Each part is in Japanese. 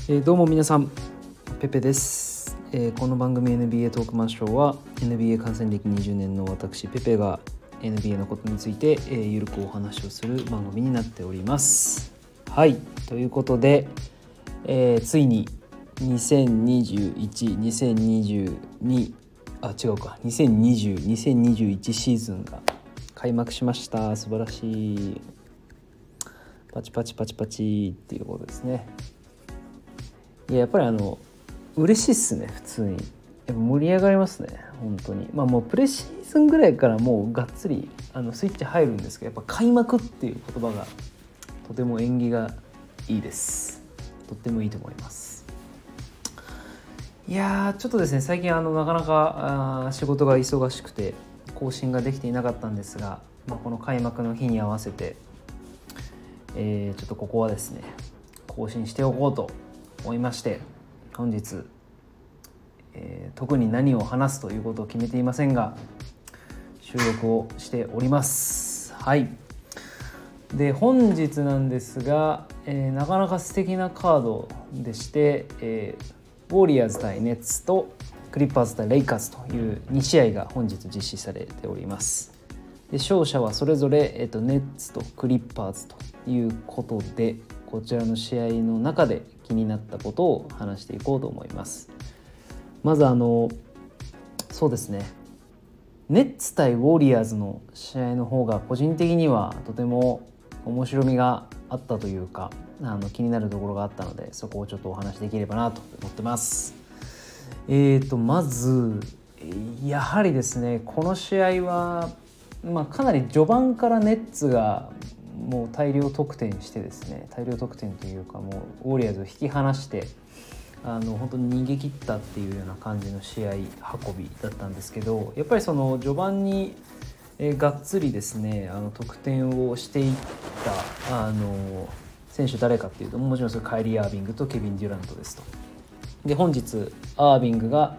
どうも皆さん、ペペです。この番組 NBA トークマンショーは NBA 観戦歴20年の私ペペが NBA のことについて、ゆるくお話をする番組になっております。はい、ということで、ついに2021、20222020シーズンが開幕しました。素晴らしい。パチパチパチパチっていうことですね。やっぱり嬉しいっすね。普通にやっぱ盛り上がりますね、本当に。もうプレシーズンぐらいからもうがっつりスイッチ入るんですけど、やっぱ開幕っていう言葉がとても縁起がいいです。とってもいいと思います。いやちょっとですね、最近なかなか仕事が忙しくて更新ができていなかったんですが、この開幕の日に合わせて、ちょっとここはですね更新しておこうと思いまして、本日、特に何を話すということを決めていませんが収録をしております。はい。で本日なんですが、なかなか素敵なカードでして、ウォリアーズ対ネッツとクリッパーズ対レイカーズという2試合が本日実施されております。で勝者はそれぞれ、ネッツとクリッパーズということで、こちらの試合の中で気になったことを話していこうと思います。まずそうですね、ネッツ対ウォリアーズの試合の方が個人的にはとても面白みがあったというか、気になるところがあったので、そこをちょっとお話しできればなと思ってます。まずやはりですね、この試合はかなり序盤からネッツがもう大量得点してですね、大量得点というかもうウォリアーズを引き離して本当に逃げ切ったっていうような感じの試合運びだったんですけど、やっぱりその序盤にがっつりですね得点をしていった選手誰かっていうと、もちろんそれカイリー・アービングとケビン・デュラントですと。で本日アービングが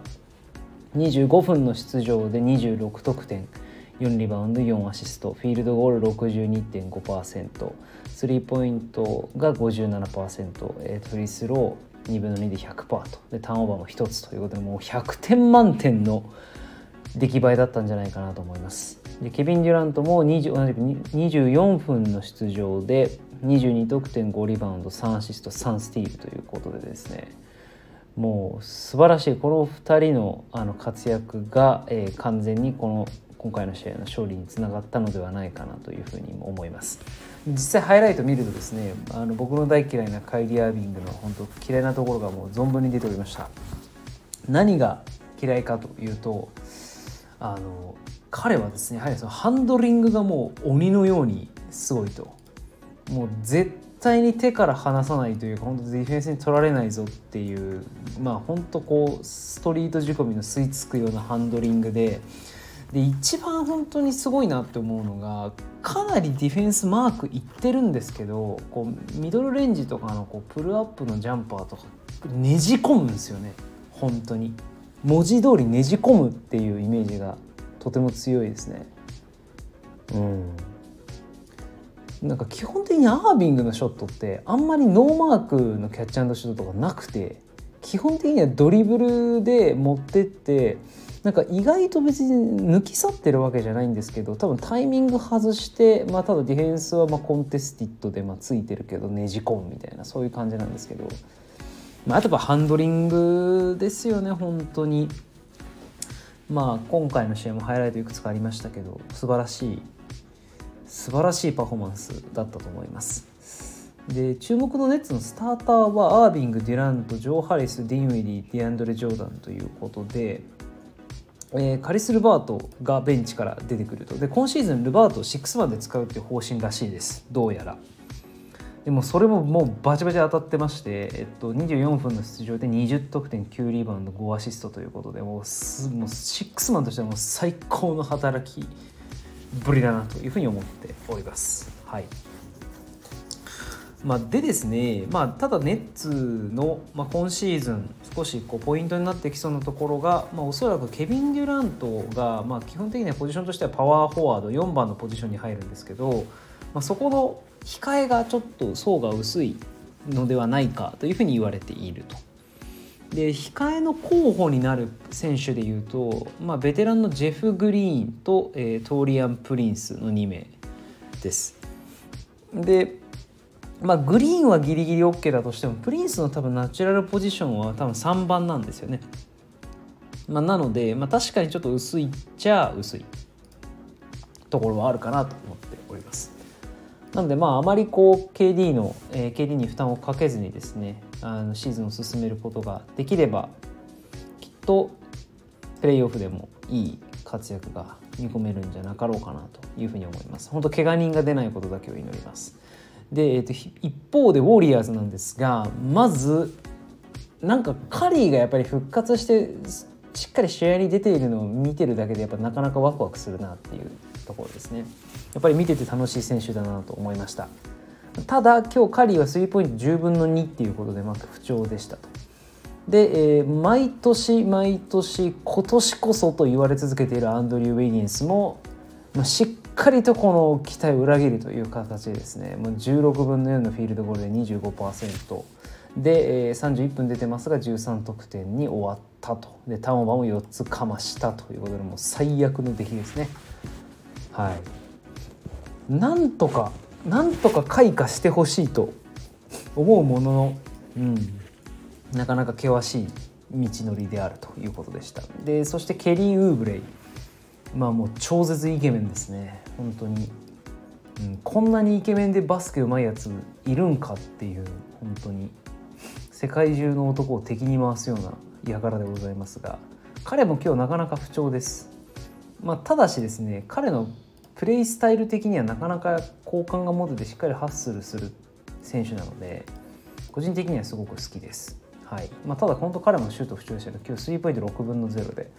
25分の出場で26得点4リバウンド4アシスト、フィールドゴール 62.5%、 スリーポイントが 57%、フリースロー2分の2で 100% と、でターンオーバーも1つということで、もう100点満点の出来栄えだったんじゃないかなと思います。でケビン・デュラントも24分の出場で22得点5リバウンド3アシスト3スティールということでですね、もう素晴らしいこの2人の活躍が、完全に今回の試合の勝利につながったのではないかなというふうにも思います。実際ハイライト見るとですね、僕の大嫌いなカイリー・アービングの本当嫌いなところがもう存分に出ておりました。何が嫌いかというと、彼はですねやはりそのハンドリングがもう鬼のようにすごいと、もう絶対に手から離さないというか、本当ディフェンスに取られないぞっていう、本当ストリート仕込みの吸い付くようなハンドリングで、一番本当にすごいなって思うのが、かなりディフェンスマークいってるんですけど、ミドルレンジとかのプルアップのジャンパーとかねじ込むんですよね。本当に文字通りねじ込むっていうイメージがとても強いですね。なんか基本的にアービングのショットってあんまりノーマークのキャッチ&シュートとかなくて、基本的にはドリブルで持ってって、なんか意外と別に抜き去ってるわけじゃないんですけど、多分タイミング外して、ただディフェンスはコンテスティッドでついてるけどねじ込むみたいな、そういう感じなんですけど、あとはハンドリングですよね。本当に今回の試合もハイライトいくつかありましたけど、素晴らしいパフォーマンスだったと思います。で注目のネッツのスターターはアービング、デュラント、ジョー・ハリス、ディンウィリー、ディアンドレ・ジョーダンということで、カリス・ルバートがベンチから出てくると。で今シーズンルバートを6番で使うっていう方針らしいです、どうやら。でもそれももうバチバチ当たってまして、24分の出場で20得点9リバウンド5アシストということで、もう6マンとしてはもう最高の働きぶりだなというふうに思っております。はい。でですね、ただネッツの、今シーズン少しポイントになってきそうなところが、おそらくケビン・デュラントが、基本的にはポジションとしてはパワーフォワード4番のポジションに入るんですけど、そこの控えがちょっと層が薄いのではないかというふうに言われていると。で控えの候補になる選手でいうと、ベテランのジェフ・グリーンと、トーリアン・プリンスの2名です。で、グリーンはギリギリ OK だとしてもプリンスの多分ナチュラルポジションは多分3番なんですよね。なので、確かにちょっと薄いっちゃ薄いところはあるかなと思っております。なのであまりKD に負担をかけずにですねシーズンを進めることができればきっとプレーオフでもいい活躍が見込めるんじゃなかろうかなというふうに思います。本当怪我人が出ないことだけを祈ります。で、一方でウォリアーズなんですが、まずカリーがやっぱり復活してしっかり試合に出ているのを見てるだけでやっぱなかなかワクワクするなっていうところですね。やっぱり見てて楽しい選手だなと思いました。ただ今日カリーはスリーポイント10分の2っていうことで不調でしたと。で、毎年今年こそと言われ続けているアンドリュー・ウィギンスも、しっかりとこの期待を裏切るという形でですね、16分の4のフィールドゴールで 25% で、31分出てますが13得点に終わったと。でターンオーバーも4つかましたということでもう最悪の出来ですね。はい、なんとか開花してほしいと思うものの、なかなか険しい道のりであるということでした。でそしてケリー・ウーブレイ、もう超絶イケメンですね本当に、こんなにイケメンでバスケうまいやついるんかっていう、本当に世界中の男を敵に回すような輩でございますが、彼も今日なかなか不調です。ただしですね、彼のプレイスタイル的にはなかなか好感が持ててしっかりハッスルする選手なので個人的にはすごく好きです。はい、ただ本当彼もシュート不調でしたけど今日スリーポイント6分の0で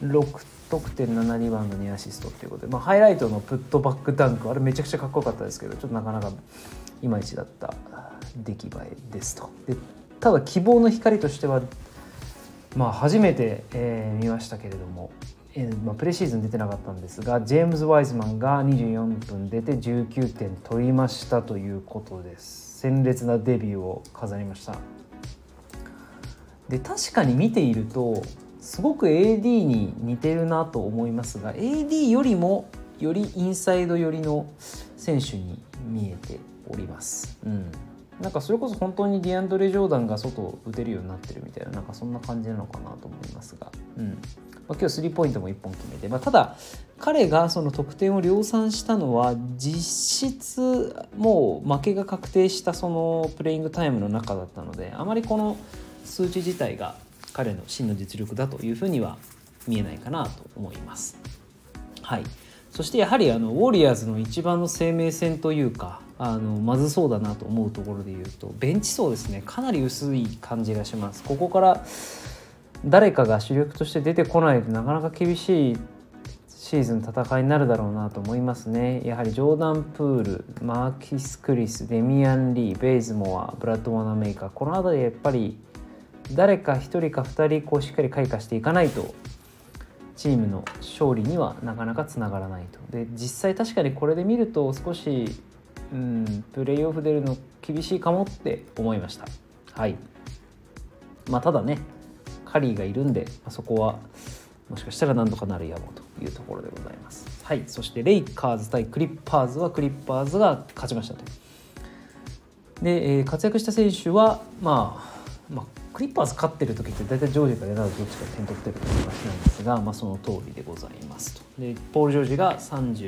6得点7リバウンド2アシストということで、ハイライトのプットバックダンクあれめちゃくちゃかっこよかったですけどちょっとなかなかいまいちだった出来栄えですと。でただ希望の光としては初めて、見ましたけれども、プレシーズン出てなかったんですがジェームズ・ワイズマンが24分出て19点取りましたということです。鮮烈なデビューを飾りました。で確かに見ているとすごく AD に似てるなと思いますが AD よりもよりインサイド寄りの選手に見えております。それこそ本当にディアンドレ・ジョーダンが外を打てるようになってるみたいなそんな感じなのかなと思いますが、今日スリーポイントも1本決めて、ただ彼がその得点を量産したのは実質もう負けが確定したそのプレイングタイムの中だったのであまりこの数値自体が彼の真の実力だというふうには見えないかなと思います。はい、そしてやはりウォリアーズの一番の生命線というかまずそうだなと思うところでいうとベンチ層ですね。かなり薄い感じがします。ここから誰かが主力として出てこないとなかなか厳しいシーズン戦いになるだろうなと思いますね。やはりジョーダン・プール、マーキス・クリス、デミアン・リー、ベイズモア、ブラッド・ワナメーカー、この辺りやっぱり誰か1人か2人しっかり開花していかないとチームの勝利にはなかなかつながらないと。で実際確かにこれで見ると少し、プレーオフ出るの厳しいかもって思いました。はい、ただねカリーがいるんで、そこはもしかしたら何とかなるやもというところでございます。はい、そしてレイカーズ対クリッパーズはクリッパーズが勝ちましたと。で、活躍した選手はクリッパーズ勝ってる時って大体ジョージかレナードどっちか点取ってるという話なんですが、その通りでございますと。でポール・ジョージが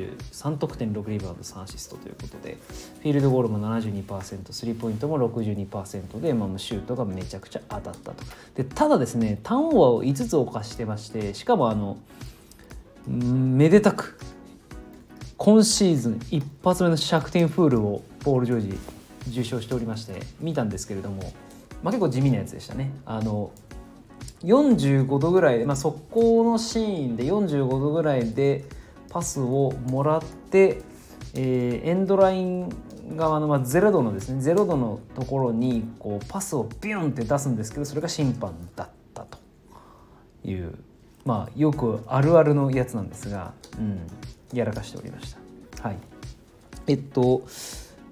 33得点6リバウンド3アシストということでフィールドゴールも 72%、 スリーポイントも 62% で、シュートがめちゃくちゃ当たったと。でただですねターンオーバーを5つ犯してまして、しかもめでたく今シーズン一発目の100点フールをポール・ジョージ受賞しておりまして見たんですけれども、結構地味なやつでしたね。45度ぐらいで、速攻のシーンで45度ぐらいでパスをもらって、エンドライン側の、0度のですね0度のところにこうパスをビュンって出すんですけど、それが審判だったという、よくあるあるのやつなんですが、やらかしておりました。はい、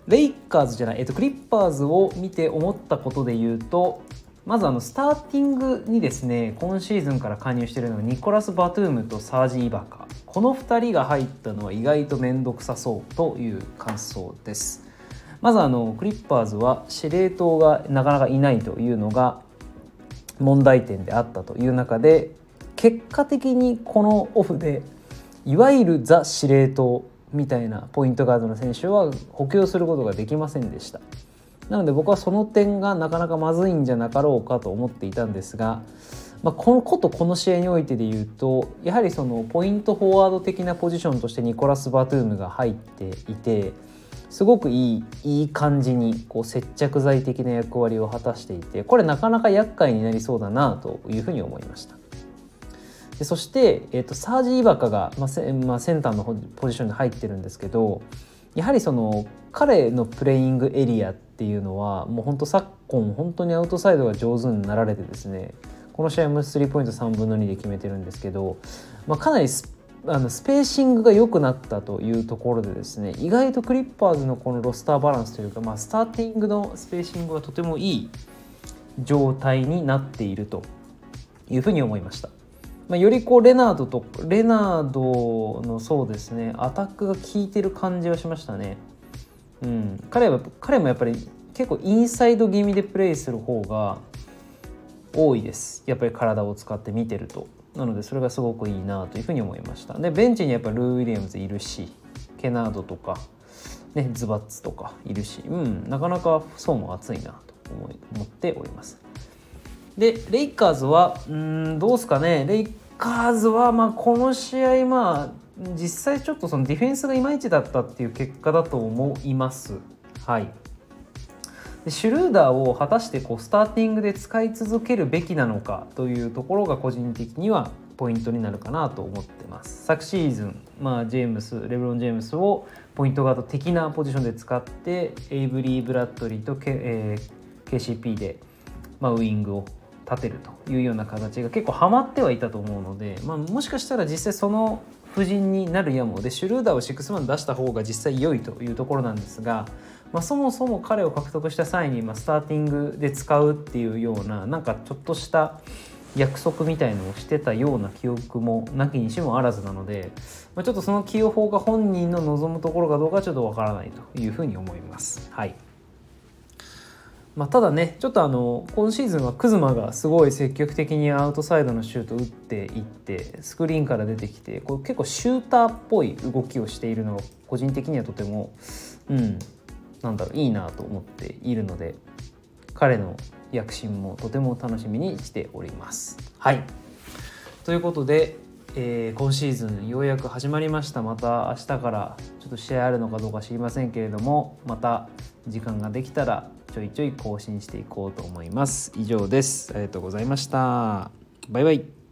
レイカーズじゃない、クリッパーズを見て思ったことで言うと、まずスターティングにですね、今シーズンから加入しているのがニコラス・バトゥームとサージ・イバカ、この2人が入ったのは意外と面倒くさそうという感想です。まずクリッパーズは司令塔がなかなかいないというのが問題点であったという中で、結果的にこのオフでいわゆるザ司令塔みたいなポイントガードの選手は補強することができませんでした。なので僕はその点がなかなかまずいんじゃなかろうかと思っていたんですが、この試合においてで言うと、やはりそのポイントフォワード的なポジションとしてニコラス・バトゥームが入っていて、すごくいい感じに接着剤的な役割を果たしていて、これなかなか厄介になりそうだなというふうに思いました。でそして、サージ・イバカが、センターのポジションに入ってるんですけど、やはりその彼のプレイングエリアっていうのはもう本当昨今本当にアウトサイドが上手になられてですね、この試合もスリーポイント3分の2で決めてるんですけど、かなりスペーシングが良くなったというところでですね、意外とクリッパーズのこのロスターバランスというか、スターティングのスペーシングはとてもいい状態になっているというふうに思いました。よりレナードのそうですね、アタックが効いてる感じはしましたね。彼もやっぱり結構インサイド気味でプレイする方が多いです。やっぱり体を使って見てると。なのでそれがすごくいいなというふうに思いました。でベンチにやっぱルー・ウィリアムズいるし、ケナードとか、ね、ズバッツとかいるし、なかなか層も厚いなと思っております。でレイカーズはどうですかね。レイカーズはこの試合実際ちょっとそのディフェンスがいまいちだったっていう結果だと思います。はい。でシュルーダーを果たしてスターティングで使い続けるべきなのかというところが個人的にはポイントになるかなと思ってます。昨シーズン、レブロン・ジェームスをポイントガード的なポジションで使ってエイブリー・ブラッドリーと、KCP で、ウイングを立てるというような形が結構ハマってはいたと思うので、もしかしたら実際その布陣になるやもでシュルーダーを6マン出した方が実際良いというところなんですが、そもそも彼を獲得した際にスターティングで使うっていうようなちょっとした約束みたいのをしてたような記憶もなきにしもあらずなので、ちょっとその起用法が本人の望むところかどうかちょっとわからないというふうに思います。はい。ただね、ちょっと今シーズンはクズマがすごい積極的にアウトサイドのシュートを打っていってスクリーンから出てきて結構シューターっぽい動きをしているのが個人的にはとてもいいなと思っているので、彼の躍進もとても楽しみにしております。はい。ということで、今シーズンようやく始まりました。また明日からちょっと試合あるのかどうか知りませんけれども、また時間ができたらちょいちょい更新していこうと思います。以上です。ありがとうございました。バイバイ。